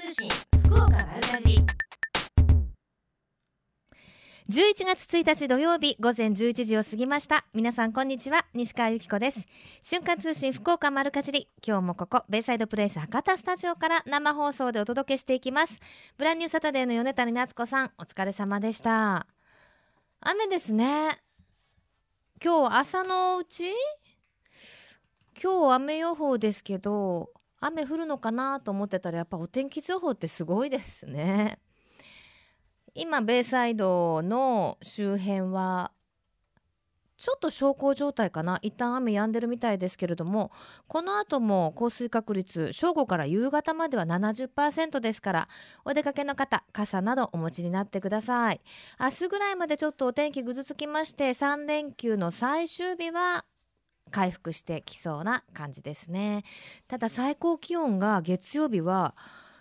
通信福岡丸かじり。11月1日土曜日午前11時を過ぎました。皆さんこんにちは、西川由紀子です。瞬間通信福岡丸かじり、今日もここベイサイドプレイス博多スタジオから生放送でお届けしていきます。ブランニューサタデーの米谷夏子さん、お疲れ様でした。雨ですね。今日朝のうち、今日雨予報ですけど、雨降るのかなと思ってたら、やっぱお天気情報ってすごいですね。今ベイサイドの周辺はちょっと小康状態かな。一旦雨止んでるみたいですけれども、この後も降水確率正午から夕方までは 70% ですから、お出かけの方傘などお持ちになってください。明日ぐらいまでちょっとお天気ぐずつきまして、3連休の最終日は回復してきそうな感じですね。ただ最高気温が月曜日は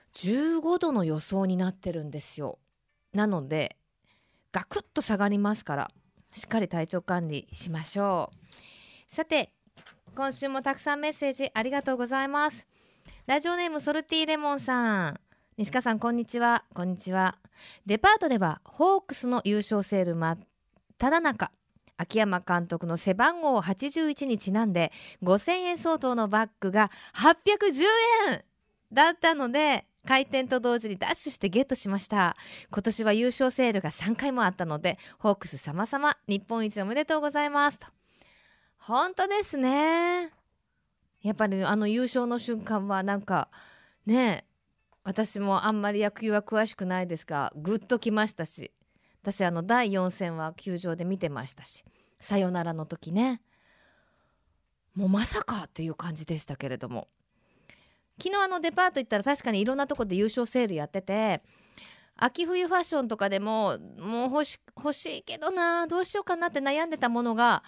15度の予想になってるんですよ。なのでガクッと下がりますから、しっかり体調管理しましょう。さて、今週もたくさんメッセージありがとうございます。ラジオネームソルティーレモンさん、西川さんこんにちは。こんにちは。デパートではホークスの優勝セール真っただ中、秋山監督の背番号81にちなんで5000円相当のバッグが810円だったので、開店と同時にダッシュしてゲットしました。今年は優勝セールが3回もあったので、ホークス様々日本一おめでとうございますと。本当ですね。やっぱりあの優勝の瞬間はなんかね、私もあんまり野球は詳しくないですが、グッときましたし、私第4戦は球場で見てましたし、さよならの時ね、もうまさかという感じでしたけれども、昨日デパート行ったら確かにいろんなとこで優勝セールやってて、秋冬ファッションとかでももう欲しいけどな、どうしようかなって悩んでたものが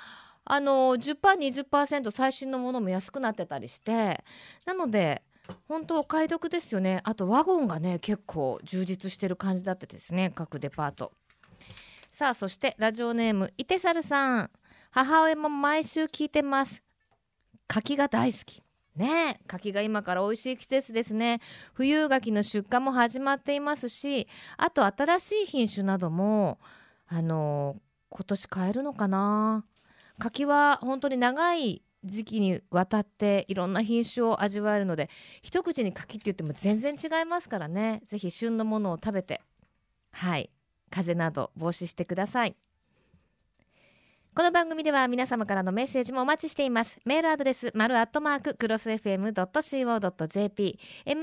10%、20% 最新のものも安くなってたりして、なので本当お買い得ですよね。あとワゴンがね結構充実してる感じだったですね、各デパート。さあ、そしてラジオネームイテサルさん、母親も毎週聞いてます。柿が大好きね。柿が今から美味しい季節ですね。冬柿の出荷も始まっていますし、あと新しい品種なども今年買えるのかな。柿は本当に長い時期にわたっていろんな品種を味わえるので、一口に柿って言っても全然違いますからね。ぜひ旬のものを食べて、はい、風邪など防止してください。この番組では皆様からのメッセージもお待ちしています。メールアドレスmaru@crossfm.co.jp、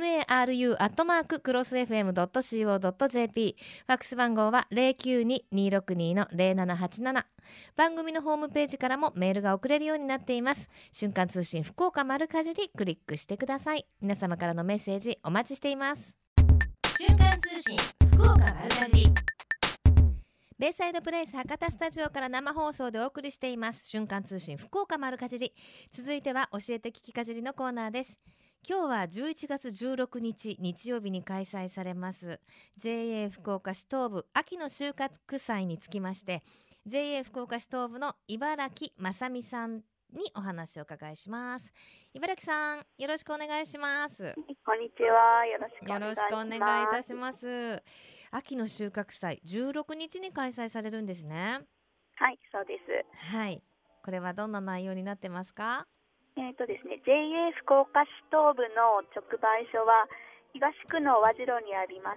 maru@crossfm.co.jp、 ファックス番号は 092-262-0787。 番組のホームページからもメールが送れるようになっています。瞬間通信福岡丸かじりクリックしてください。皆様からのメッセージお待ちしています。瞬間通信福岡丸かじり、ベイサイドプレイス博多スタジオから生放送でお送りしています瞬間通信福岡丸かじり。続いては教えて聞きかじりのコーナーです。今日は11月16日日曜日に開催されます JA 福岡市東部秋の収穫祭につきまして、 JA 福岡市東部の茨城正美さんにお話を伺いします。茨城さん、よろしくお願いします。 こんにちは。よろしくお願いします。 よろしくお願いいたします。秋の収穫祭16日に開催されるんですね。 はい、そうです。 はい、これはどんな内容になってますか？ ですね、JA 福岡市東部の直売所は東区の和白にありまして、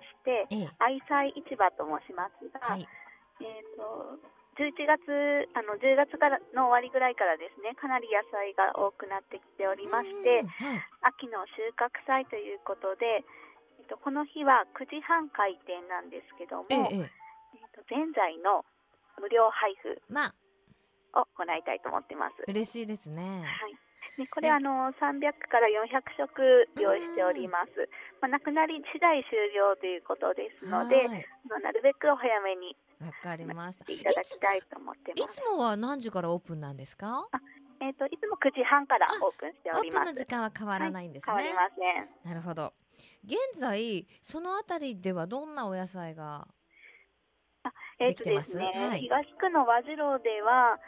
愛妻市場と申しますが、はい、11月10月からの終わりぐらいからですね、かなり野菜が多くなってきておりまして、秋の収穫祭ということで、この日は9時半開店なんですけども、ぜんざいの無料配布を行いたいと思ってます。 嬉しいですね。 はい。でこれ300から400食用意しております。なくなり次第終了ということですので、なるべくお早めにわかりました。 いただきたいと思ってます。 いつもは何時からオープンなんですか？ いつも9時半からオープンしております。 オープンの時間は変わらないんですね。 はい、変わりません。 なるほど。現在そのあたりではどんなお野菜ができてます？ ですね、東区の和次郎では、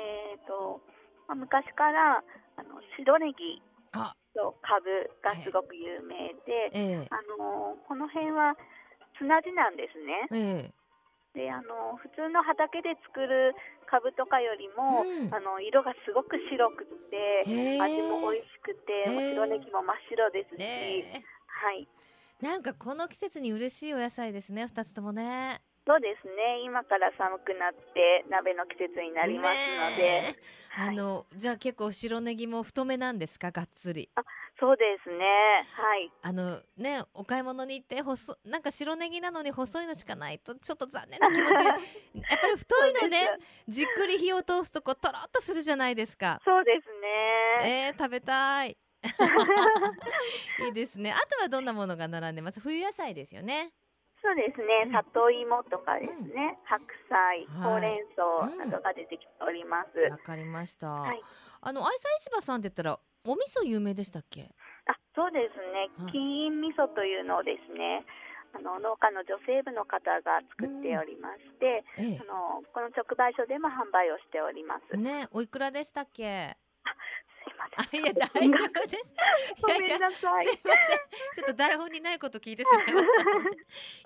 昔から白ネギとカブがすごく有名で、この辺は砂地なんですね。で普通の畑で作るカブとかよりも、色がすごく白くて味も美味しくて、白ネギも真っ白ですし、はい、 なんかこの季節に嬉しいお野菜ですね、2つともね。 そうですね、今から寒くなって鍋の季節になりますので、 じゃあ結構白ネギも太めなんですか、がっつり。 そうですね、はい。 お買い物に行ってなんか白ネギなのに細いのしかないとちょっと残念な気持ちやっぱり太いのねじっくり火を通すととろっとするじゃないですか。 そうですね。 食べたいいいですね。あとはどんなものが並んでます？冬野菜ですよね。 そうですね、里芋とかですね、白菜、ほうれん草などが出てきております。 わかりました。愛妻市場さんって言ったらお味噌有名でしたっけ？ そうですね、金印味噌というのをですね、農家の女性部の方が作っておりまして、この直売所でも販売をしておりますね。 おいくらでしたっけ？ すいません。 いや大丈夫です。 ごめんなさい。 すいません。ちょっと台本にないこと聞いてしまいました。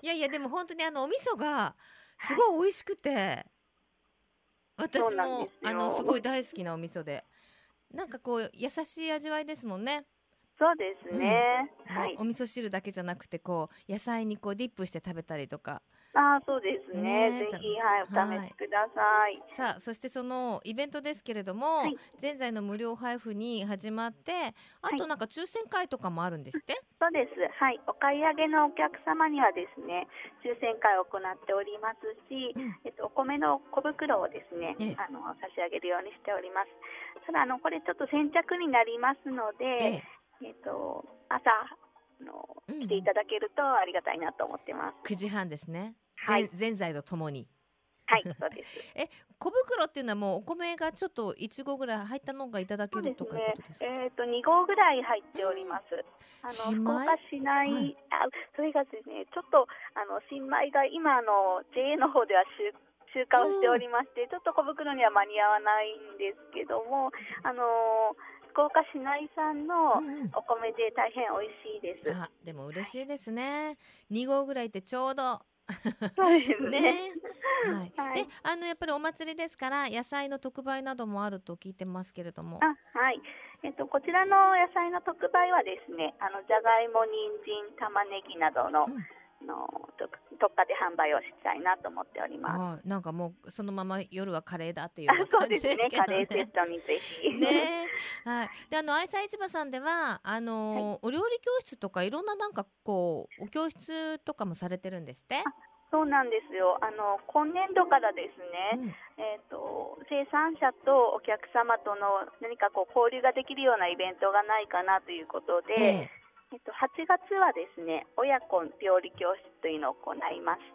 いやでも本当にお味噌がすごい美味しくて、私もすごい大好きなお味噌で、なんかこう優しい味わいですもんね。 そうですね。 お味噌汁だけじゃなくて野菜にディップして食べたりとか。 そうですね。ぜひお試しください。 さあ、そしてそのイベントですけれども、ぜんざいの無料配布に始まって、あとなんか抽選会とかもあるんですって？ そうです。はい。お買い上げのお客様にはですね、抽選会を行っておりますし、お米の小袋をですね、差し上げるようにしております。ただこれちょっと先着になりますので、朝来ていただけるとありがたいなと思ってます。 9時半ですね。ぜんざいとともに。 はい、そうです。 小袋っていうのはもうお米がちょっと1合ぐらい入ったのがいただけるとかいうことですか？ 2合ぐらい入っております。福岡市内、それがですね、ちょっと新米が今JA の方では集荷をしておりまして、ちょっと小袋には間に合わないんですけども、福岡市内産のお米で大変美味しいです。 でも嬉しいですね。2合ぐらいってちょうどそうですね。 で、やっぱりお祭りですから野菜の特売などもあると聞いてますけれども。 はい。こちらの野菜の特売はですね、じゃがいも、人参、玉ねぎなどの、特価で販売をしたいなと思っております。 なんかもうそのまま夜はカレーだっていうような感じですけどね。 そうですね、カレーセットにぜひ。 で愛妻市場さんではお料理教室とかいろんななんかお教室とかもされてるんですって？ そうなんですよ。今年度からですね、生産者とお客様との何か交流ができるようなイベントがないかなということで、8月はですね、親子料理教室というのを行いまして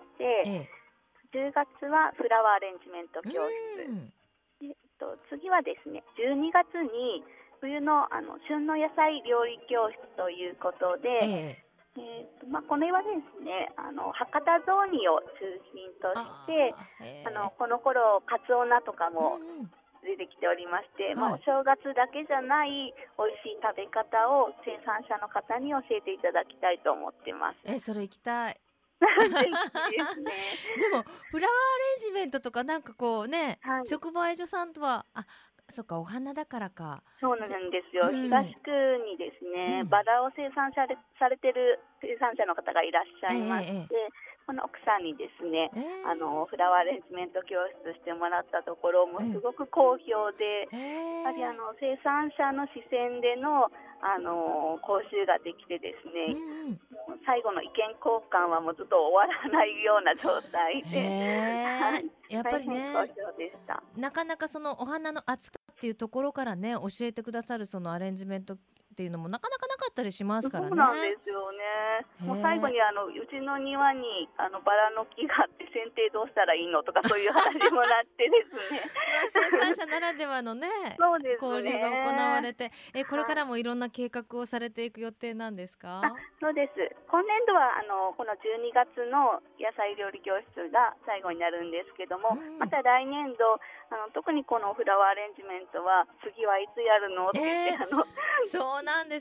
、10月はフラワーアレンジメント教室、次はですね、12月に冬の旬の野菜料理教室ということで、これはですね、博多雑煮を中心として、この頃カツオナとかも出てきておりまして、お正月だけじゃない美味しい食べ方を生産者の方に教えていただきたいと思ってます。 それ行きたい。 ですね。 でもフラワーアレンジメントとかなんか直売所さんとはそっか、お花だからか。 そうなんですよ。東区にですね、バラを生産されてる生産者の方がいらっしゃいまして、この奥さんにですね、フラワーアレンジメント教室してもらったところもすごく好評で、やはり生産者の視線での講習ができてですね、最後の意見交換はもうずっと終わらないような状態で、 やっぱりね、 大変好評でした。 なかなかそのお花の扱いっていうところからね教えてくださるそのアレンジメントっていうのもなかなかなかったりしますからね。 そうなんですよね。もう最後にうちの庭にバラの木があって剪定どうしたらいいのとかそういう話もなってですね生産者ならではのね交流が行われて、これからもいろんな計画をされていく予定なんですか？ そうです。今年度はこの12月の野菜料理教室が最後になるんですけども、また来年度特にこのフラワーアレンジメントは次はいつやるのって言ってそうなんですね。 要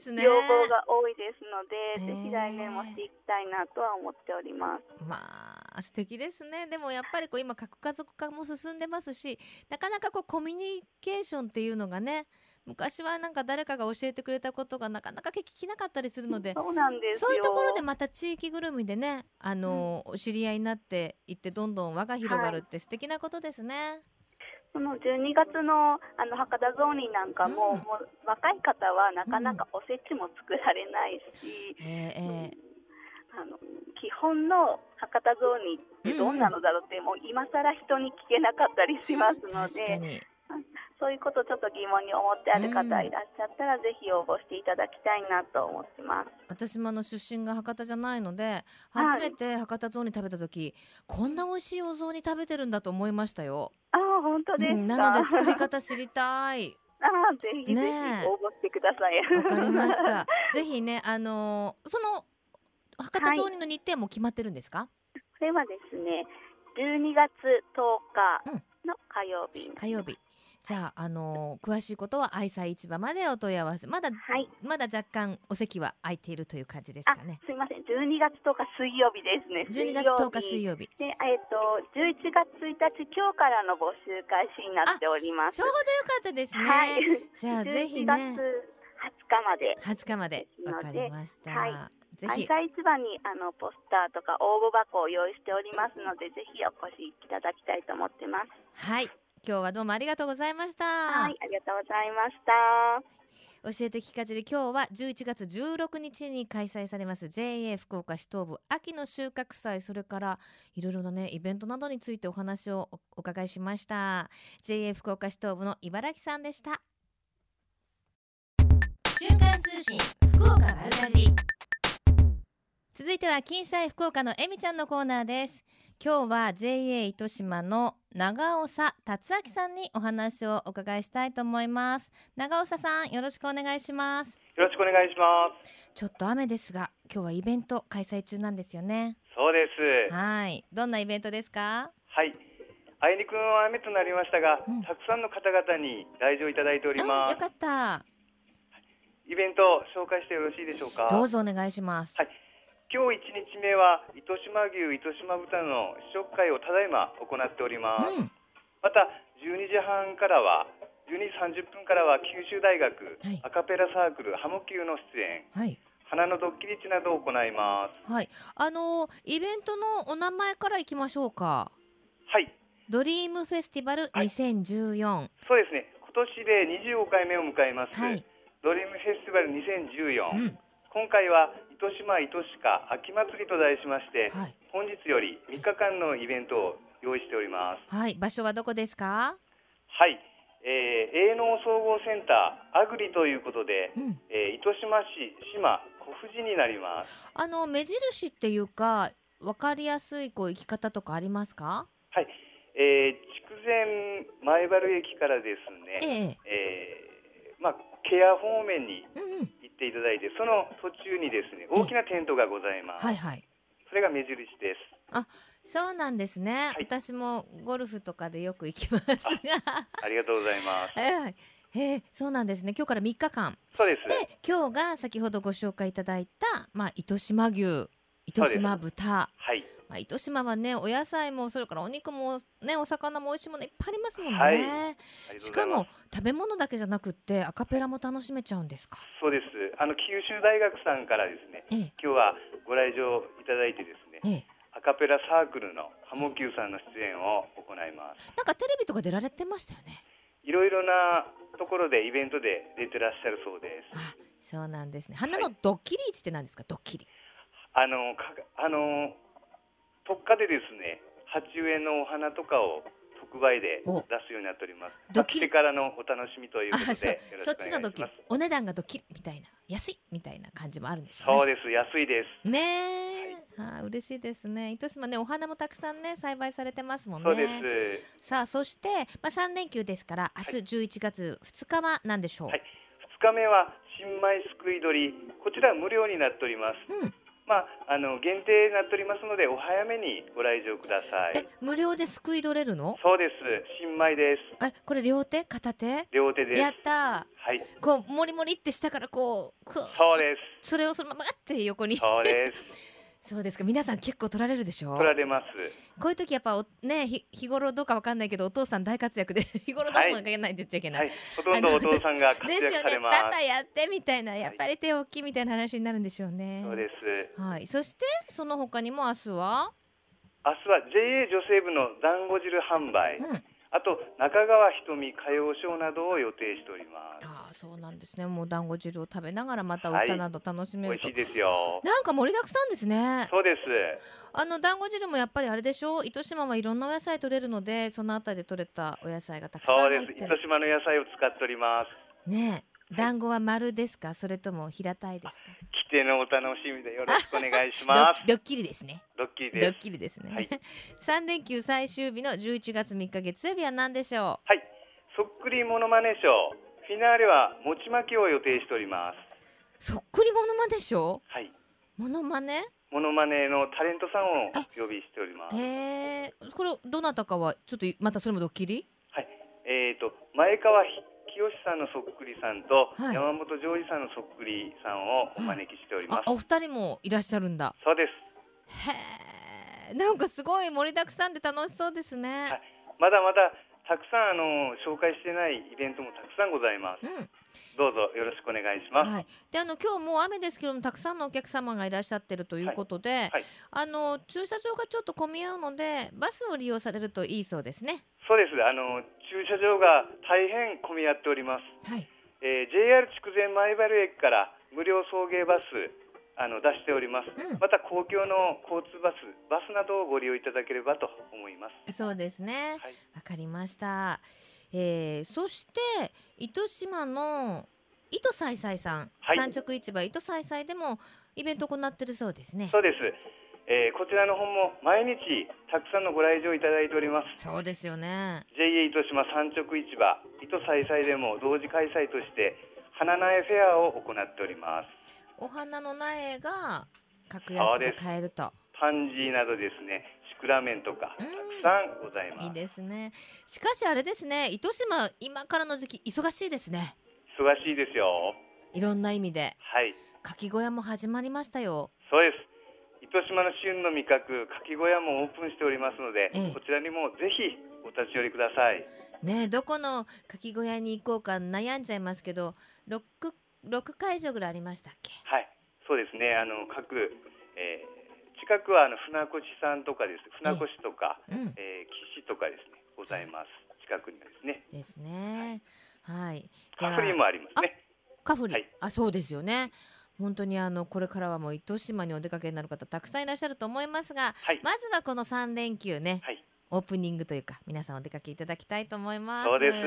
望が多いですので、ぜひ来年もしていきたいなとは思っております。 まあ素敵ですね。でもやっぱり今核家族化も進んでますし、なかなかコミュニケーションっていうのがね、昔はなんか誰かが教えてくれたことがなかなか聞きなかったりするので、 そうなんですよ。 そういうところでまた地域ぐるみでね、知り合いになっていってどんどん輪が広がるって素敵なことですね。 その12月の博多雑煮なんかも、もう若い方はなかなかおせちも作られないし、基本の博多雑煮ってどんなのだろうって、もう今更人に聞けなかったりしますので、そういうことちょっと疑問に思ってある方いらっしゃったら、ぜひ応募していただきたいなと思ってます。 私も出身が博多じゃないので、初めて博多雑煮食べた時、こんな美味しいお雑煮食べてるんだと思いましたよ。 本当ですか。 なので作り方知りたい。 ぜひぜひ応募してください。 わかりました。ぜひね、その博多雑煮の日程も決まってるんですか？ これはですね、12月10日の火曜日。 火曜日。じゃあ、詳しいことは愛妻市場までお問い合わせ。まだ若干お席は空いているという感じですかね。 すいません、12月10日水曜日ですね。 12月10日水曜日で、11月1日今日からの募集開始になっております。 ちょうどよかったですね。じゃあぜひね、 11月20日までわかりました。 愛妻市場にポスターとか応募箱を用意しておりますので、ぜひお越しいただきたいと思ってます。 はい、今日はどうもありがとうございました。 はい、ありがとうございました。 教えて聞かじり、今日は11月16日に開催されます JA 福岡市東部秋の収穫祭、それからいろいろなねイベントなどについてお話をお伺いしました。 JA 福岡市東部の茨城さんでした。瞬間通信福岡丸かじり。続いては金シャイ福岡のえみちゃんのコーナーです。今日は JA 糸島の長長達明さんにお話をお伺いしたいと思います。長長さん、よろしくお願いします。 よろしくお願いします。 ちょっと雨ですが、今日はイベント開催中なんですよね。 そうです。 はい、どんなイベントですか？ はい、あいにくの雨となりましたが、たくさんの方々に来場いただいております。 よかった。 イベント紹介してよろしいでしょうか？ どうぞお願いします。 はい、今日1日目は糸島牛、糸島豚の試食会をただいま行っております。また12時半からは12時30分からは九州大学、アカペラサークルハモキューの出演、花のドッキリ地などを行います。 はい、イベントのお名前からいきましょうか。 はい、 ドリームフェスティバル2014、 そうですね、今年で25回目を迎えます、ドリームフェスティバル2014、今回は糸島糸鹿秋祭りと題しまして、本日より3日間のイベントを用意しております。 はい、場所はどこですか？ はい、営農総合センターアグリということで、糸島市島小藤になります。 目印っていうか分かりやすい行き方とかありますか？ はい、筑前前原駅からですね、ケア方面に行っていただいて、その途中にですね大きなテントがございます。それが目印です。 あ、そうなんですね。私もゴルフとかでよく行きますがありがとうございます。 そうなんですね。今日から3日間。 そうです。 で、今日が先ほどご紹介いただいた、糸島牛、糸島豚。糸島はね、お野菜もそれからお肉もね、お魚も美味しいものいっぱいありますもんね。しかも食べ物だけじゃなくってアカペラも楽しめちゃうんですか？ そうです。九州大学さんからですね、今日はご来場いただいてですね、アカペラサークルのハモキューさんの出演を行います。 なんかテレビとか出られてましたよね。 いろいろなところでイベントで出てらっしゃるそうです。 そうなんですね。花のドッキリ市って何ですか？ドッキリ。 特価でですね、鉢植えのお花とかを特売で出すようになっております。 ドッキリからのお楽しみということで、 そっちのドッキリ、お値段がドッキリみたいな、安いみたいな感じもあるんでしょうね。 そうです、安いですね。嬉しいですね。糸島ね、お花もたくさんね栽培されてますもんね。 そうです。 さあ、そして、3連休ですから明日11月2日は何でしょう？ 2日目は新米すくい取り、こちら無料になっております。 限定になっておりますのでお早めにご来場ください。 無料ですくい取れるの？ そうです。新米です。 これ両手片手？ 両手です。 やったー。 はい。 こうもりもりって下からこう。 そうです。 それをそのままって横に。 そうです。 そうですか。皆さん結構取られるでしょ？ 取られます。 こういう時やっぱね、日頃どうかわかんないけどお父さん大活躍で日頃どうもかけないって言っちゃいけない、 ほとんどお父さんが活躍されます。 ですよね。パパやってみたいな、やっぱり手大きいみたいな話になるんでしょうね。 そうです。 はい。そしてその他にも明日は JA 女性部の団子汁販売、あと中川ひとみ歌謡ショーなどを予定しております。 そうなんですね。もう団子汁を食べながらまた歌など楽しめると、 美味しいですよ。 なんか盛りだくさんですね。 そうです。 団子汁もやっぱりあれでしょう、糸島はいろんなお野菜取れるので、そのあたりで取れたお野菜がたくさん入ってる。 そうです。糸島の野菜を使っておりますね。団子は丸ですか、それとも平たいですか？ 来てのお楽しみでよろしくお願いしますドッキリですね。 ドッキリです。 ドッキリですね、はい、3連休最終日の11月3日月曜日は何でしょう？ はい、そっくりモノマネショーフィナーレは餅巻きを予定しております。 そっくりモノマネショー？ はい。 モノマネのタレントさんを呼びしております。 これどなたかはちょっとまたそれもドッキリ？ はい。前川清さんのそっくりさんと、山本譲二さんのそっくりさんをお招きしております。 お二人もいらっしゃるんだ。 そうです。 へえ、なんかすごい盛りだくさんで楽しそうですね。 はい、まだまだたくさん紹介してないイベントもたくさんございます。どうぞよろしくお願いします。はい、 で今日もう雨ですけどもたくさんのお客様がいらっしゃってるということで、駐車場がちょっと混み合うのでバスを利用されるといいそうですね。 そうです。駐車場が大変混み合っております。JR 筑前前原駅から無料送迎バス出しております。また公共の交通バスなどをご利用いただければと思います。 そうですね。わかりました。そして糸島の糸さいさいさん、産直市場糸さいさいでもイベントを行ってるそうですね。 そうです。こちらの方も毎日たくさんのご来場いただいております。 そうですよね。 JA 糸島産直市場糸さいさいでも同時開催として花苗フェアを行っております。 お花の苗が格安で買えると。 パンジーなどですね、シクラメンとかたくさんございます。 いいですね。しかしあれですね、糸島今からの時期忙しいですね。 忙しいですよ。 いろんな意味で。 はい。 かき小屋も始まりましたよ。 そうです。糸島の旬の味覚かき小屋もオープンしておりますので、こちらにもぜひお立ち寄りください。 ね、どこのかき小屋に行こうか悩んじゃいますけど、6会場ぐらいありましたっけ？ はい、そうですね。近くは船越さんとかです。船越とか、岸とかですねございます。近くにはですね。 ですね。はい。 カフリもありますね。 カフリ、そうですよね。本当にこれからはもう糸島にお出かけになる方たくさんいらっしゃると思いますが、まずはこの3連休ね、オープニングというか皆さんお出かけいただきたいと思います。 そうです。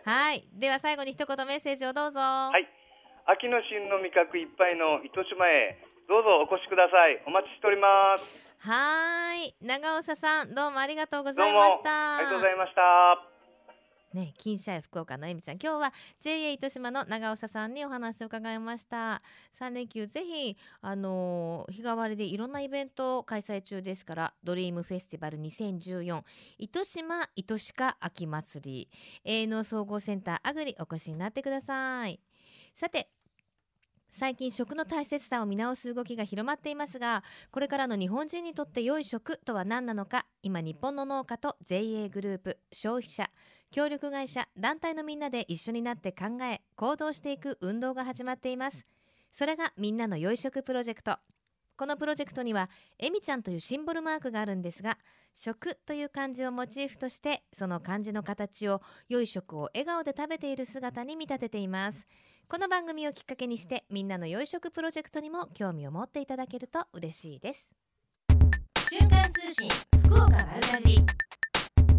はい。では最後に一言メッセージをどうぞ。 はい。秋の旬の味覚いっぱいの糸島へどうぞお越しください。お待ちしております。 はい。長長さんどうもありがとうございました。 ありがとうございました。 ね、金シャイ福岡のえみちゃん、今日は JA 糸島の長長さんにお話を伺いました。3連休ぜひ日替わりでいろんなイベントを開催中ですから、ドリームフェスティバル2014糸島糸鹿秋祭り、営農総合センターアグリお越しになってください。さて、最近食の大切さを見直す動きが広まっていますが、これからの日本人にとって良い食とは何なのか、今日本の農家と JA グループ、消費者、協力会社、団体のみんなで一緒になって考え行動していく運動が始まっています。それがみんなの良い食プロジェクト。このプロジェクトにはえみちゃんというシンボルマークがあるんですが、食という漢字をモチーフとしてその漢字の形を良い食を笑顔で食べている姿に見立てています。この番組をきっかけにしてみんなの良い食プロジェクトにも興味を持っていただけると嬉しいです。瞬間通信福岡丸かじり。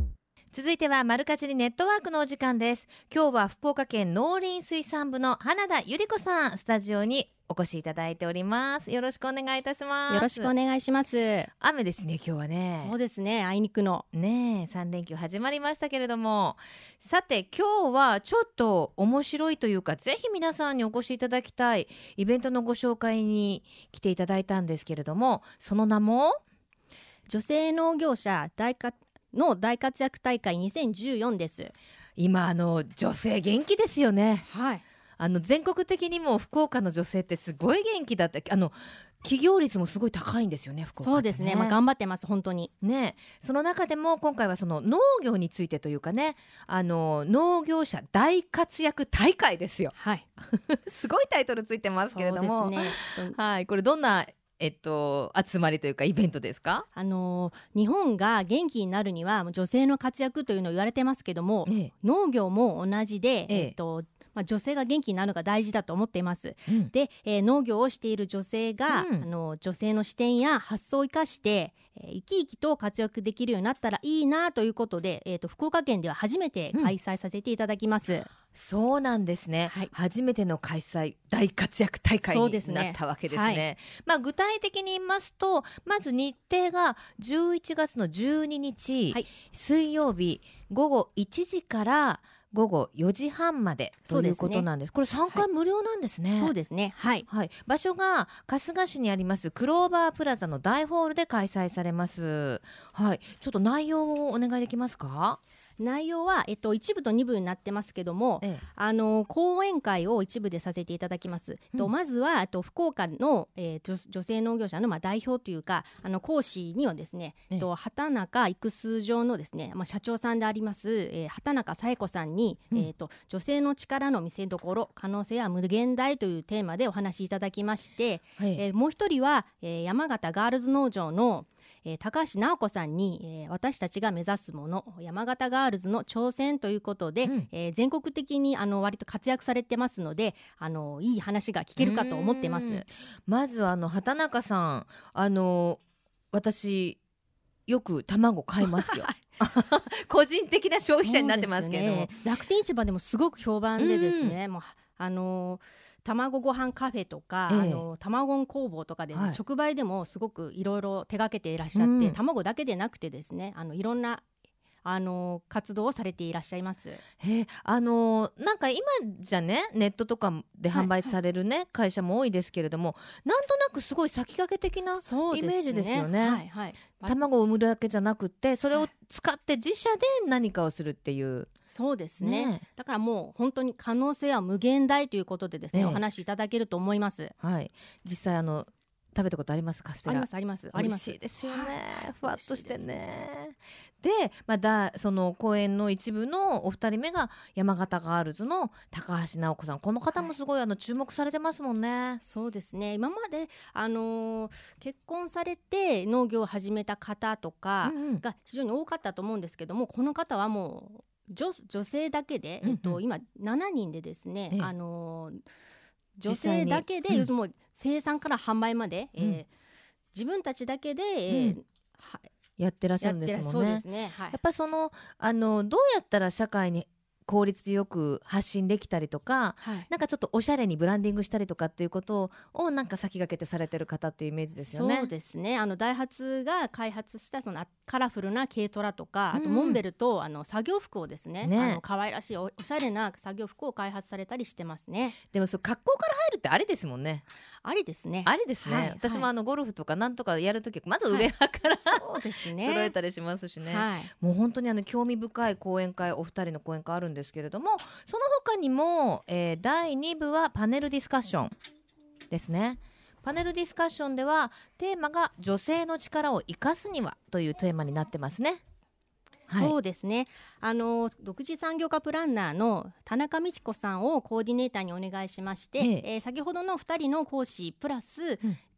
続いては丸かじりネットワークのお時間です。今日は福岡県農林水産部の花田由里子さん、スタジオにお越しいただいております。よろしくお願いいたします。 よろしくお願いします。 雨ですね、今日はね。 そうですね、あいにくのね、3連休始まりましたけれども、さて今日はちょっと面白いというか、ぜひ皆さんにお越しいただきたいイベントのご紹介に来ていただいたんですけれども、その名も女性農業者の大活躍大会2014です。 今女性元気ですよね。 はい、 全国的にも福岡の女性ってすごい元気だった。企業率もすごい高いんですよね、福岡ってね。 そうですね、頑張ってます本当にね。その中でも今回はその農業についてというかね、農業者大活躍大会ですよ。 はいすごいタイトルついてますけれども、 そうですね、 はい、これどんな集まりというかイベントですか？ 日本が元気になるには女性の活躍というのを言われてますけども、農業も同じで、女性が元気になるのが大事だと思っています、で、農業をしている女性が、女性の視点や発想を生かして生き生きと活躍できるようになったらいいなということで、福岡県では初めて開催させていただきます、 そうなんですね、はい、初めての開催大活躍大会になったわけですね。具体的に言いますと、まず日程が11月の12日、水曜日午後1時から午後4時半までということなんです。これ参加無料なんですね。 そうですね、 場所が春日市にありますクローバープラザの大ホールで開催されます。ちょっと内容をお願いできますか？ 内容は、1部と2部になってますけども、講演会を一部でさせていただきます、まずは福岡の、女性農業者の代表というか講師にはですね、畑中育数場のですね、社長さんであります、畑中紗恵子さんに、女性の力の見せ所可能性は無限大というテーマでお話しいただきまして、もう一人は、山形ガールズ農場の高橋直子さんに、私たちが目指すもの山形ガールズの挑戦ということで、全国的に割と活躍されてますので、いい話が聞けるかと思ってます。 まず畑中さん、私よく卵買いますよ個人的な消費者になってますけども、 楽天市場でもすごく評判でですね、もう卵ご飯カフェとか、卵工房とかで、直売でもすごくいろいろ手掛けていらっしゃって、卵だけでなくてですね、いろんな活動をされていらっしゃいます。 なんか今じゃね、ネットとかで販売される会社も多いですけれども、なんとなくすごい先駆け的なイメージですよね。卵を産むだけじゃなくて、それを使って自社で何かをするっていう。 そうですね、だからもう本当に可能性は無限大ということでですね、お話しいただけると思います。 実際食べたことありますか？カステラ。 あります。 美味しいですよね、ふわっとしてね。で、その公演の一部のお二人目が山形ガールズの高橋直子さん。この方もすごい注目されてますもんね。 そうですね、今まで、結婚されて農業を始めた方とかが非常に多かったと思うんですけども、この方はもう女性だけで、今7人でですね、女性だけで、もう生産から販売まで、自分たちだけで、 やってらっしゃるんですもんね。 そうですね、 やっぱどうやったら社会に効率よく発信できたりとか、なんかちょっとおしゃれにブランディングしたりとかっていうことをなんか先駆けてされてる方っていうイメージですよね。 そうですね、ダイハツが開発したそのカラフルな軽トラとか、あとモンベルと作業服をですね、可愛らしい おしゃれな作業服を開発されたりしてますね。 でも格好から入るってありですもんね。 ありですね。 私もゴルフとかなんとかやるときまず上派から、 そうですね、 揃えたりしますしね、もう本当に興味深い講演会、お二人の講演会あるんですけれども、その他にも、第2部はパネルディスカッションですね。パネルディスカッションではテーマが女性の力を生かすにはというテーマになってますね。 そうですね、独自産業化プランナーの田中美智子さんをコーディネーターにお願いしまして、先ほどの2人の講師プラス、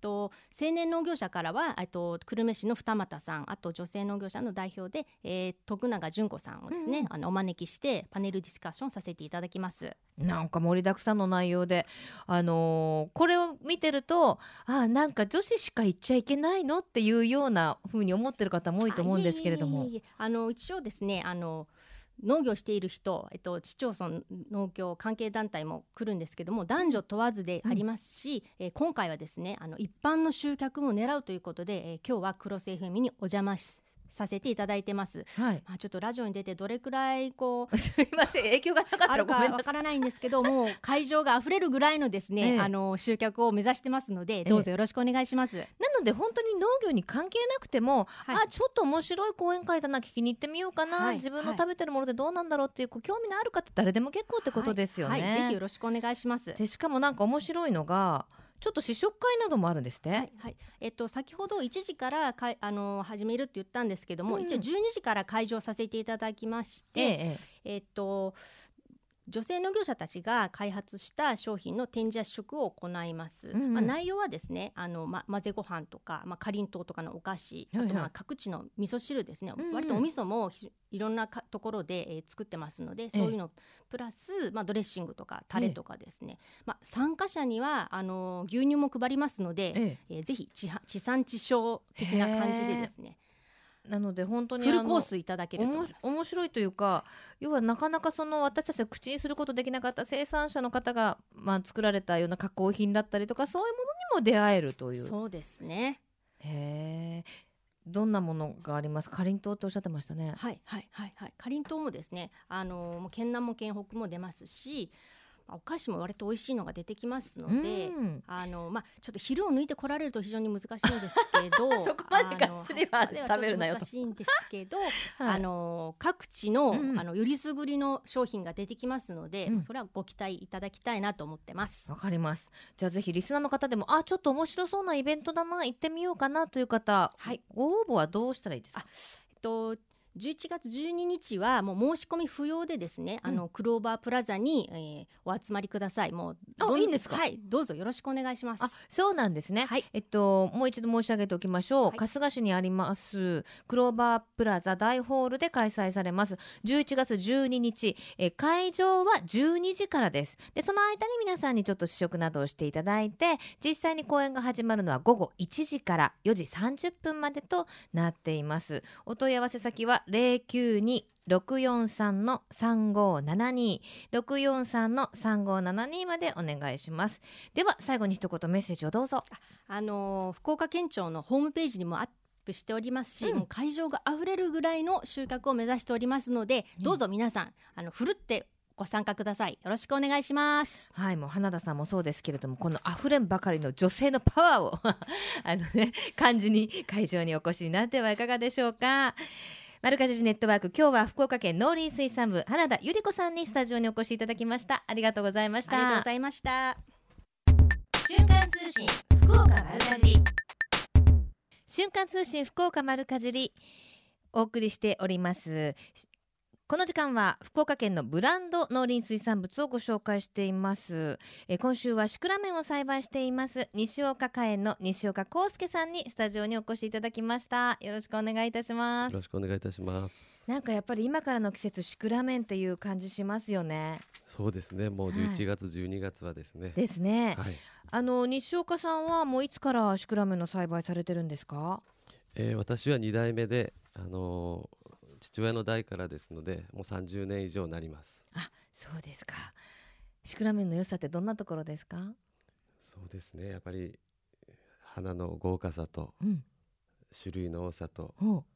青年農業者からは久留米市の二俣さん、あと女性農業者の代表で、徳永純子さんをですね、お招きしてパネルディスカッションさせていただきます。 なんか盛りだくさんの内容で、これを見てるとなんか女子しか行っちゃいけないのっていうような風に思ってる方も多いと思うんですけれども、 一応ですね農業している人、市町村農協関係団体も来るんですけども、男女問わずでありますし、今回はですね一般の集客も狙うということで、今日はクロス FM にお邪魔させていただいてます、はい。ちょっとラジオに出てどれくらいすいません、影響がなかったらごめんなさい。 あるかわからないんですけども会場があふれるぐらいのですね、集客を目指してますので、どうぞよろしくお願いします。なので本当に農業に関係なくても、ちょっと面白い講演会だな、聞きに行ってみようかな、自分の食べてるものでどうなんだろうっていう興味のある方、誰でも結構ってことですよね。 ぜひよろしくお願いします。 でしかもなんか面白いのがちょっと試食会などもあるんですって。 先ほど1時から始めるって言ったんですけども、一応12時から開場させていただきまして、女性農業者たちが開発した商品の展示や試食を行います、内容はですね混ぜご飯とか、かりんとうとかのお菓子、あと各地の味噌汁ですね、割とお味噌もいろんなところで、作ってますので、そういうのプラス、ドレッシングとかタレとかですね、参加者には牛乳も配りますので、ぜひ地産地消的な感じでですね、 なので本当にフルコースいただけると思います。 面白いというか、要はなかなか私たちが口にすることできなかった生産者の方が、作られたような加工品だったりとか、そういうものにも出会えるという。 そうですね。 どんなものがありますか？かりんとうっておっしゃってましたね。 かりんとうもですね、県南も県北も出ますし、お菓子も割と美味しいのが出てきますので、ちょっと昼を抜いて来られると非常に難しいんですけどそこまでがっつりは食べるなよと。 難しいんですけど、各地の、よりすぐりの商品が出てきますので、それはご期待いただきたいなと思ってます。 わかります。じゃあぜひリスナーの方でもちょっと面白そうなイベントだな、行ってみようかなという方、ご応募はどうしたらいいですか ？11月12日はもう申し込み不要でですね、クローバープラザに、お集まりください。もういいんですか？ どうぞよろしくお願いします。 そうなんですね。もう一度申し上げておきましょう。春日市にありますクローバープラザ大ホールで開催されます11月12日、会場は12時からです。でその間に皆さんにちょっと試食などをしていただいて、実際に公演が始まるのは午後1時から4時30分までとなっています。お問い合わせ先は092-643-3572 643-3572までお願いします。では最後に一言メッセージをどうぞ。 福岡県庁のホームページにもアップしておりますし、もう会場があふれるぐらいの集客を目指しておりますので、どうぞ皆さんふるってご参加ください。よろしくお願いします。 もう花田さんもそうですけれども、このあふれんばかりの女性のパワーを感じに会場にお越しになってはいかがでしょうか。マルカジネットワーク、今日は福岡県農林水産部花田由里子さんにスタジオにお越しいただきました。ありがとうございました。 ありがとうございました。 瞬間通信福岡丸かじり、瞬間通信福岡丸かじりお送りしております。この時間は福岡県のブランド農林水産物をご紹介しています。今週はシクラメンを栽培しています西岡花園の西岡康介さんにスタジオにお越しいただきました。よろしくお願いいたします。 よろしくお願いいたします。 なんかやっぱり今からの季節、シクラメンっていう感じしますよね。 そうですね、もう11月、12月はですね。 ですね、西岡さんはもういつからシクラメンの栽培されてるんですか？ 私は2代目で、父親の代からですので、もう30年以上になります。 そうですか。シクラメンの良さってどんなところですか？ そうですね、やっぱり花の豪華さと、種類の多さと、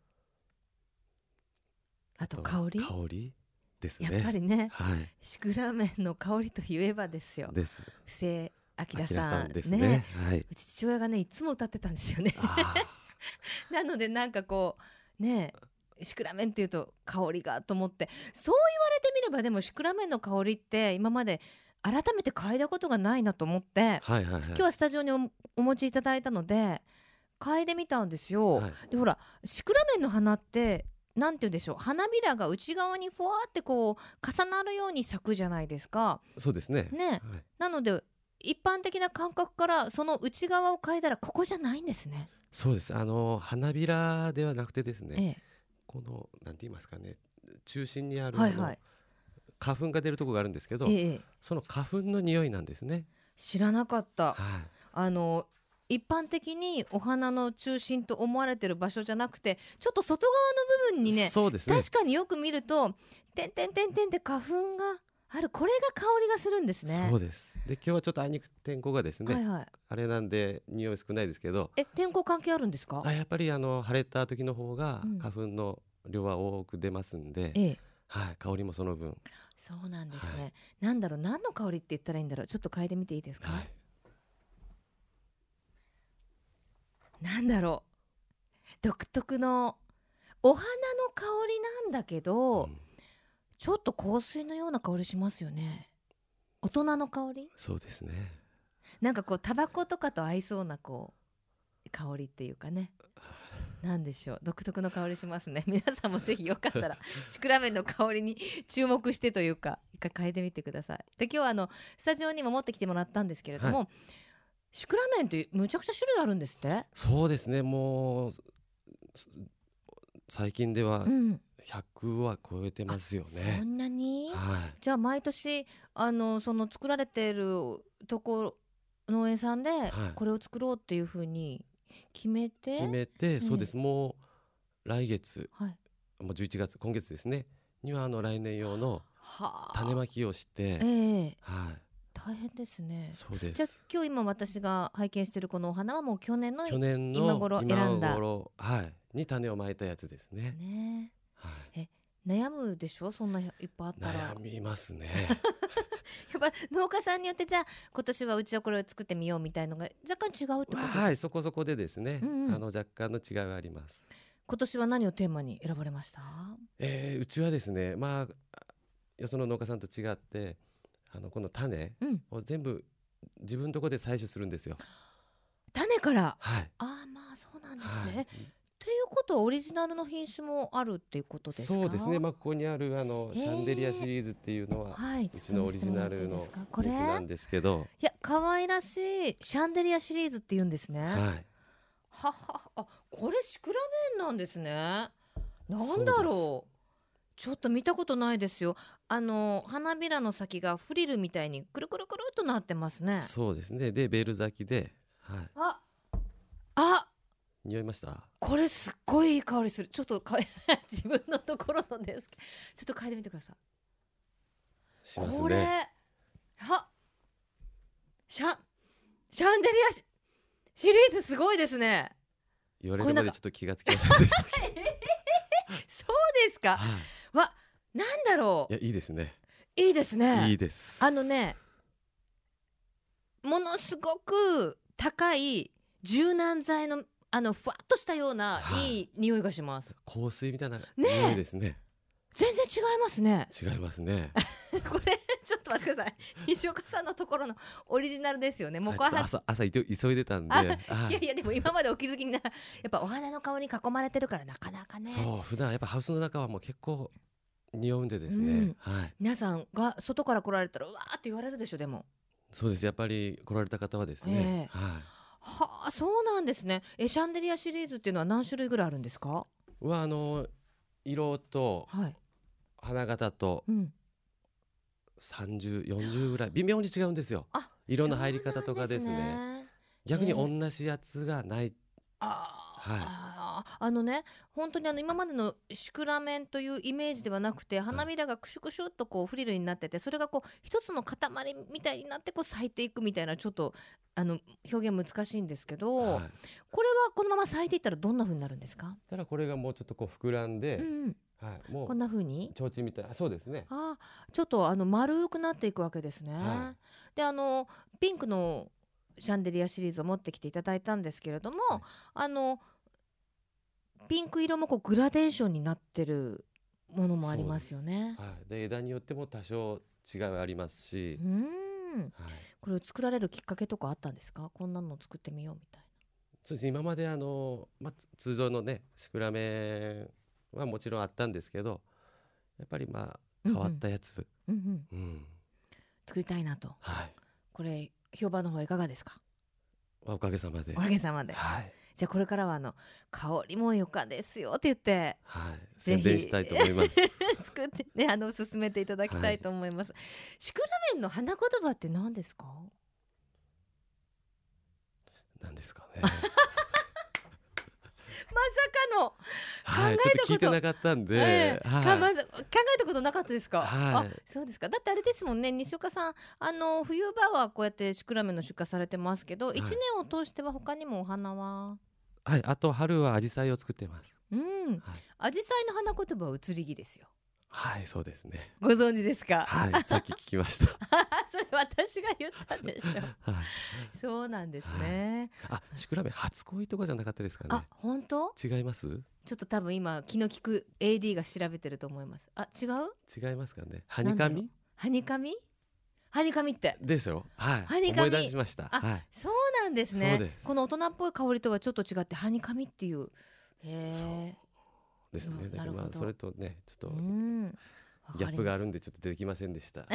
あと香りですね。 やっぱりね、シクラメンの香りといえばですよ。 です。 布施明さんですね。 うち父親がねいつも歌ってたんですよね。なのでなんかこうね、シクラメンっていうと香りがと思って、そう言われてみればでもシクラメンの香りって今まで改めて嗅いだことがないなと思って、今日はスタジオに お持ちいただいたので嗅いでみたんですよ。でほらシクラメンの花ってなんて言うんでしょう、花びらが内側にふわってこう重なるように咲くじゃないですか。 そうですね。 なので一般的な感覚からその内側を嗅いだらここじゃないんですね。 そうです。花びらではなくてですね、 ええ、 このなんて言いますかね、中心にある、 はいはい、 花粉が出るところがあるんですけど、 ええ、 その花粉の匂いなんですね。 知らなかった。 はい、 一般的にお花の中心と思われてる場所じゃなくて、ちょっと外側の部分にね、 そうですね、 確かによく見るとてんてんてんてんって花粉がある。これが香りがするんですね。 そうです。で今日はちょっとあいにく天候がですね、 はいはい、 あれなんで匂い少ないですけど、 天候関係あるんですか？ やっぱり晴れた時の方がうん、 花粉の量は多く出ますんで、 ええ、 はい、香りもその分。 そうなんですね、 はい、 なんだろう、何の香りって言ったらいいんだろう。ちょっと嗅いでみていいですか？ はい、 なんだろう、独特のお花の香りなんだけど、ちょっと香水のような香りしますよね。大人の香り、 そうですね。 なんかこうタバコとかと合いそうなこう香りっていうかね、なんでしょう、独特の香りしますね。皆さんもぜひよかったらシクラメンの香りに注目してというか、一回嗅いでみてください。で今日はスタジオにも持ってきてもらったんですけれども、はい、シクラメンってむちゃくちゃ種類あるんですって？ そうですね、もう最近では100は超えてますよね。 そんなに、 はい、 じゃあ毎年その作られているとこ農園さんでこれを作ろうっていうふうに決めて、 そうです。もう来月、 はい、 もう11月今月ですねには来年用の種まきをして、はい、 大変ですね。 そうです。 じゃあ今日今私が拝見しているこのお花はもう去年の今頃選んだ、 はい、に種をまいたやつですね。はい、 悩むでしょ、そんないっぱいあったら。 悩みますねやっぱ農家さんによって、じゃあ今年はうちはこれを作ってみようみたいのが若干違うってことですか？ はい、そこそこでですね、若干の違いはあります。 今年は何をテーマに選ばれました？ うちはですね、よその農家さんと違ってこの種を全部自分のところで採取するんですよ。 種から、 はい、 そうなんですね。ということはオリジナルの品種もあるっていうことですか？ そうですね、ここにあるシャンデリアシリーズっていうのは、うちのオリジナルの品種なんですけど、 いや可愛らしいシャンデリアシリーズっていうんですね。はい、これシクラメンなんですね。なんだろう、ちょっと見たことないですよ。花びらの先がフリルみたいにくるくるくるっとなってますね。 そうですね。でベール咲きで、はい、匂いました？これすっごいいい香りする。ちょっと自分のところのですけど、ちょっと嗅いでみてください。 しますね。 これシャンデリアシリーズすごいですね。 言われるまでちょっと気がつきませんでしたそうですか、なんだろう。 いや、いいですね。 いいですね。 いいです。 ものすごく高い柔軟剤のふわっとしたようないい匂いがします。 香水みたいな匂いですね。 全然違いますね。 違いますねこれちょっと待ってください。西岡さんのところのオリジナルですよね。もう朝急いでたんでいやでも今までお気づきにならやっぱお花の香りに囲まれてるからなかなかね。 そう、普段やっぱハウスの中はもう結構匂うんでですね、 皆さんが外から来られたらうわーって言われるでしょ。でもそうです。やっぱり来られた方はですね、 そうなんですね。シャンデリアシリーズっていうのは何種類ぐらいあるんですか？ 色と、花形と、30、40ぐらい微妙に違うんですよ。色の入り方とかですね。逆に同じやつがない。 本当に今までのシクラメンというイメージではなくて、花びらがクシュクシュっとこうフリルになってて、それがこう一つの塊みたいになってこう咲いていくみたいな、ちょっと表現難しいんですけど、これはこのまま咲いていったらどんな風になるんですか？ ただこれがもうちょっとこう膨らんで、もうこんな風に提灯みたいな。そうですね。 ちょっと丸くなっていくわけですね。でピンクのシャンデリアシリーズを持ってきていただいたんですけれども、ピンク色もこうグラデーションになってるものもありますよね。 で枝によっても多少違いはありますし、 これを作られるきっかけとかあったんですか？こんなのを作ってみようみたいな。 そうですね。今まで通常のねシクラメンはもちろんあったんですけど、やっぱり変わったやつ、 作りたいなと。これ評判の方はいかがですか？ おかげさまで。 おかげさまで、 はい、 じゃあこれからは香りもよかですよって言って、 はい、宣伝したいと思います作ってね、進めていただきたいと思います、はい、シクラメンの花言葉って何ですか？ 何ですかねまさかのはい、ちょっと聞いてなかったんで、 考えたことなかったですか？ はい、 そうですか。だってあれですもんね、西岡さん冬場はこうやってシクラメンの出荷されてますけど、1年を通しては他にもお花は、 はい、あと春はアジサイを作ってます。 はい、アジサイの花言葉は移り気ですよ。 はい、そうですね。 ご存知ですか？ はい、さっき聞きましたそれ私が言ったでしょはい、そうなんですね、 はい、シクラメン初恋とかじゃなかったですかね？ 本当？違います？ ちょっと多分今気の利く AD が調べてると思います。違う？ 違いますかね？ハニカミ？ ハニカミ？ハニカミってでしょ？はい、 ハニカミ、 思い出しました。はい、 そうなんですね。この大人っぽい香りとはちょっと違ってハニカミっていう、 ですね。だからそれとねちょっとギャップがあるんでちょっと出てきませんでした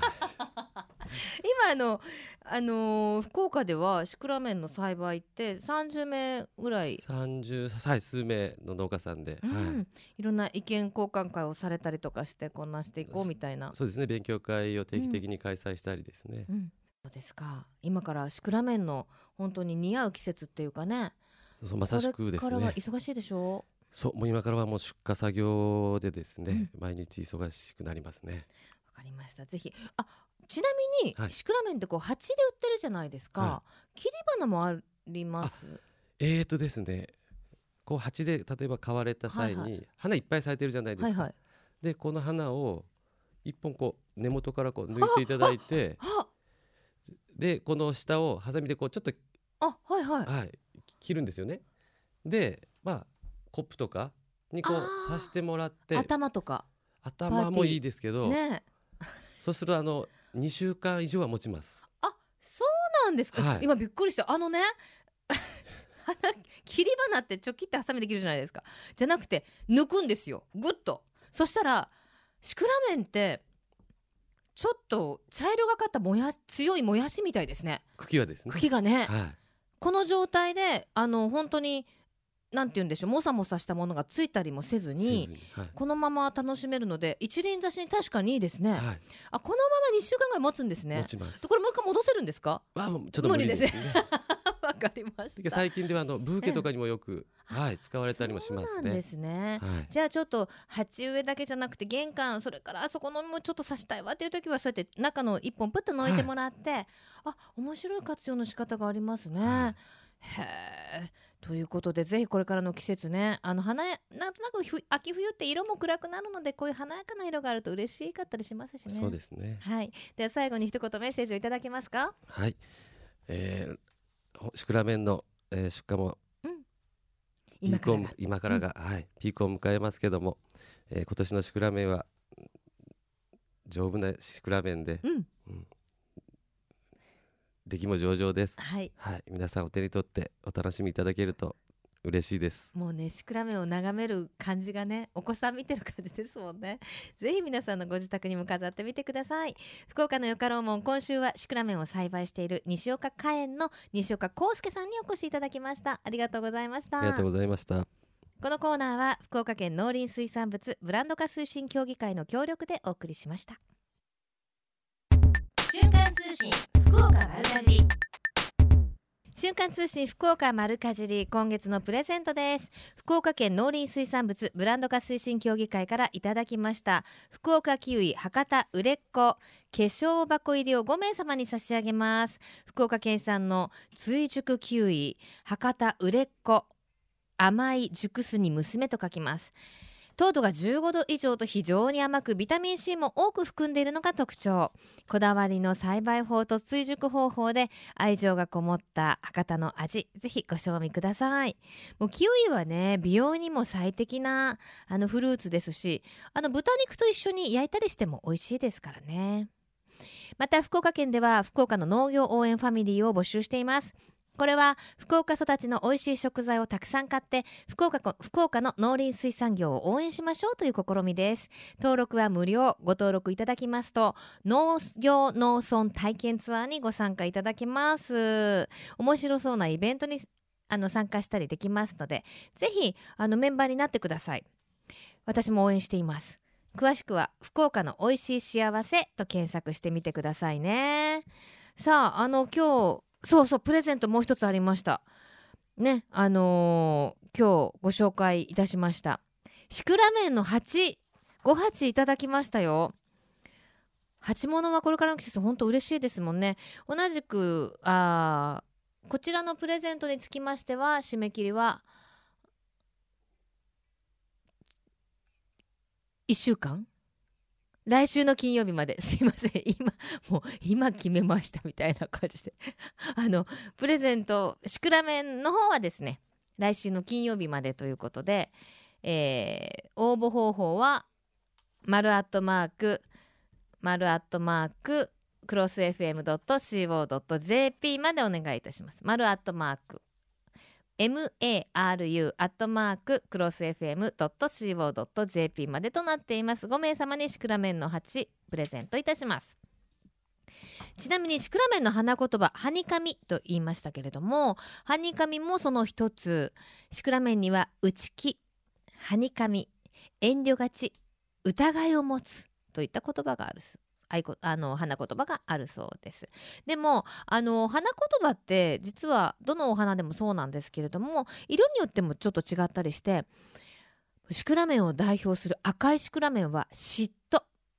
今福岡ではシクラメンの栽培って30名ぐらい、 数名の農家さんで、 いろんな意見交換会をされたりとかしてこんなしていこうみたいな。 そうですね、勉強会を定期的に開催したりですね、 そうですか。今からシクラメンの本当に似合う季節っていうかね、 そうまさしくですね。 これからは忙しいでしょう？ そうもう今からはもう出荷作業でですね、毎日忙しくなりますね。 わかりました。ぜひちなみに、シクラメンって鉢で売ってるじゃないですか、切り花もあります？ ですね、こう鉢で例えば買われた際に、花いっぱい咲いてるじゃないですか、でこの花を一本こう根元からこう抜いていただいてでこの下をハサミでこうちょっと切るんですよね。でコップとかにこう刺してもらって、 頭とか頭もいいですけど、そうすると2週間以上は持ちます。 そうなんですか、今びっくりした。切り花ってちょきってハサミできるじゃないですか。じゃなくて抜くんですよ、ぐっと。そしたらシクラメンってちょっと茶色がかった強いもやしみたいですね。 茎はですね。 茎がね、この状態で本当になんて言うんでしょう、もさもさしたものがついたりもせずに、このまま楽しめるので一輪挿しに確かにいいですね、このまま2週間ぐらい持つんですね。 持ちます。 これもう一回戻せるんですか？ ちょっと無理ですねわかりました。 最近ではブーケとかにもよく、使われたりもしますね。 そうなんですね、じゃあちょっと鉢植えだけじゃなくて玄関、それからあそこのもうちょっと挿したいわという時はそうやって中の一本プッと抜いてもらって、面白い活用の仕方がありますね、へー。ということでぜひこれからの季節ね、なんとなく秋冬って色も暗くなるのでこういう華やかな色があると嬉しかったりしますしね。 そうですね。 では最後に一言メッセージをいただけますか？ シクラメンの、出荷も今からが、ピークを迎えますけども、今年のシクラメンは丈夫なシクラメンで、出来も上々です。皆さんお手に取ってお楽しみいただけると嬉しいです。 もうね、シクラメンを眺める感じがね、お子さん見てる感じですもんね。ぜひ皆さんのご自宅にも飾ってみてください。福岡のよかろうもん、今週はシクラメンを栽培している西岡花園の西岡康介さんにお越しいただきました。ありがとうございました。 ありがとうございました。 このコーナーは福岡県農林水産物ブランド化推進協議会の協力でお送りしました。瞬間通信福岡丸かじり。瞬間通信福岡丸かじり、今月のプレゼントです。福岡県農林水産物ブランド化推進協議会からいただきました福岡キウイ博多売れっ子化粧箱入りを5名様に差し上げます。福岡県産の追熟キウイ博多売れっ子、甘い熟すに娘と書きます。糖度が15度以上と非常に甘く、ビタミン C も多く含んでいるのが特徴。こだわりの栽培法と追熟方法で愛情がこもった博多の味、ぜひご賞味ください。もうキウイはね、美容にも最適なフルーツですし、豚肉と一緒に焼いたりしても美味しいですからね。また福岡県では福岡の農業応援ファミリーを募集しています。 これは福岡育ちの美味しい食材をたくさん買って福岡の農林水産業を応援しましょうという試みです。登録は無料。ご登録いただきますと農業農村体験ツアーにご参加いただけます。面白そうなイベントに参加したりできますので、ぜひメンバーになってください。私も応援しています。詳しくは福岡の美味しい幸せと検索してみてくださいね。さあ今日そうプレゼントもう一つありましたね。今日ご紹介いたしましたシクラメンの5鉢いただきましたよ。鉢物はこれからの季節本当嬉しいですもんね。同じくこちらのプレゼントにつきましては締め切りは1週間、来週の金曜日まで。すいません、今決めましたみたいな感じでプレゼントシクラメンの方はですね、来週の金曜日までということで、応募方法は@crossfm.co.jp までお願いいたします。maru@crossfm.co.jp までとなっています。5名様にシクラメンの鉢プレゼントいたします。ちなみにシクラメンの花言葉、はにかみと言いましたけれども、はにかみもその一つ。シクラメンには内気、はにかみ、遠慮がち、疑いを持つといった言葉がある花言葉があるそうです。でも花言葉って実はどのお花でもそうなんですけれども、色によってもちょっと違ったりして、シクラメンを代表する赤いシクラメンは嫉妬。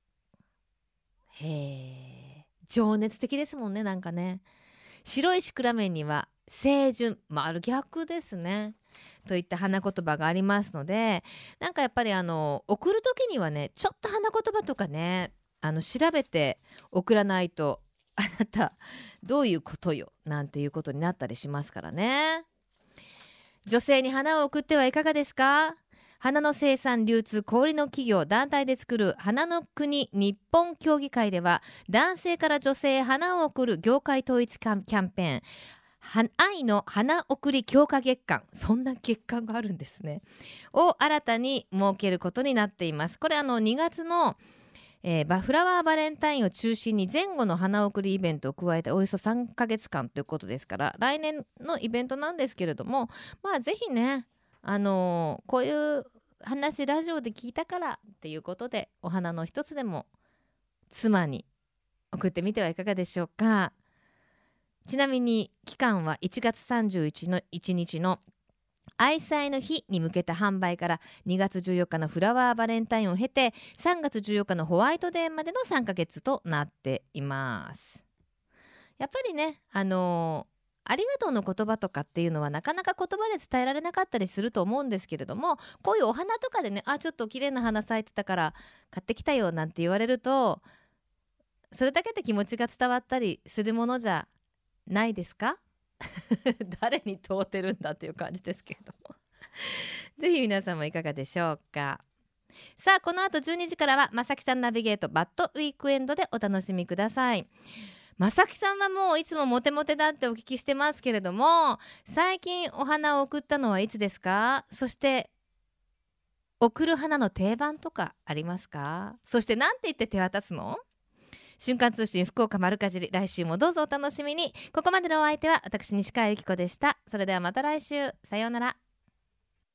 情熱的ですもんね。なんかね、白いシクラメンには清純、逆ですねといった花言葉がありますので、なんかやっぱり送る時にはね、ちょっと花言葉とかね調べて送らないと、あなたどういうことよなんていうことになったりしますからね。女性に花を贈ってはいかがですか。花の生産流通小売の企業団体で作る花の国日本協議会では、男性から女性へ花を贈る業界統一キャンペーン、愛の花贈り強化月間、そんな月間があるんですね、を新たに設けることになっています。これ2月のフラワーバレンタインを中心に前後の花贈りイベントを加えておよそ3ヶ月間ということですから、来年のイベントなんですけれども、ぜひねこういう話ラジオで聞いたからっていうことで、お花の一つでも妻に送ってみてはいかがでしょうか。ちなみに期間は1月31日の愛妻の日に向けた販売から2月14日のフラワーバレンタインを経て3月14日のホワイトデーまでの3ヶ月となっています。やっぱりねありがとうの言葉とかっていうのはなかなか言葉で伝えられなかったりすると思うんですけれども、こういうお花とかでね、ちょっと綺麗な花咲いてたから買ってきたよなんて言われると、それだけで気持ちが伝わったりするものじゃないですか。誰に問うてるんだっていう感じですけれどもぜひ皆さんもいかがでしょうか。さあ、この後12時からはまさきさんナビゲートバッドウィークエンドでお楽しみください。まさきさんはもういつもモテモテだってお聞きしてますけれども、最近お花を贈ったのはいつですか。そして贈る花の定番とかありますか。そして何て言って手渡すの。瞬間通信福岡丸かじり、来週もどうぞお楽しみに。ここまでのお相手は私西川由紀子でした。それではまた来週、さようなら。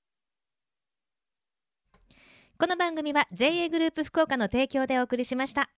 この番組は JA グループ福岡の提供でお送りしました。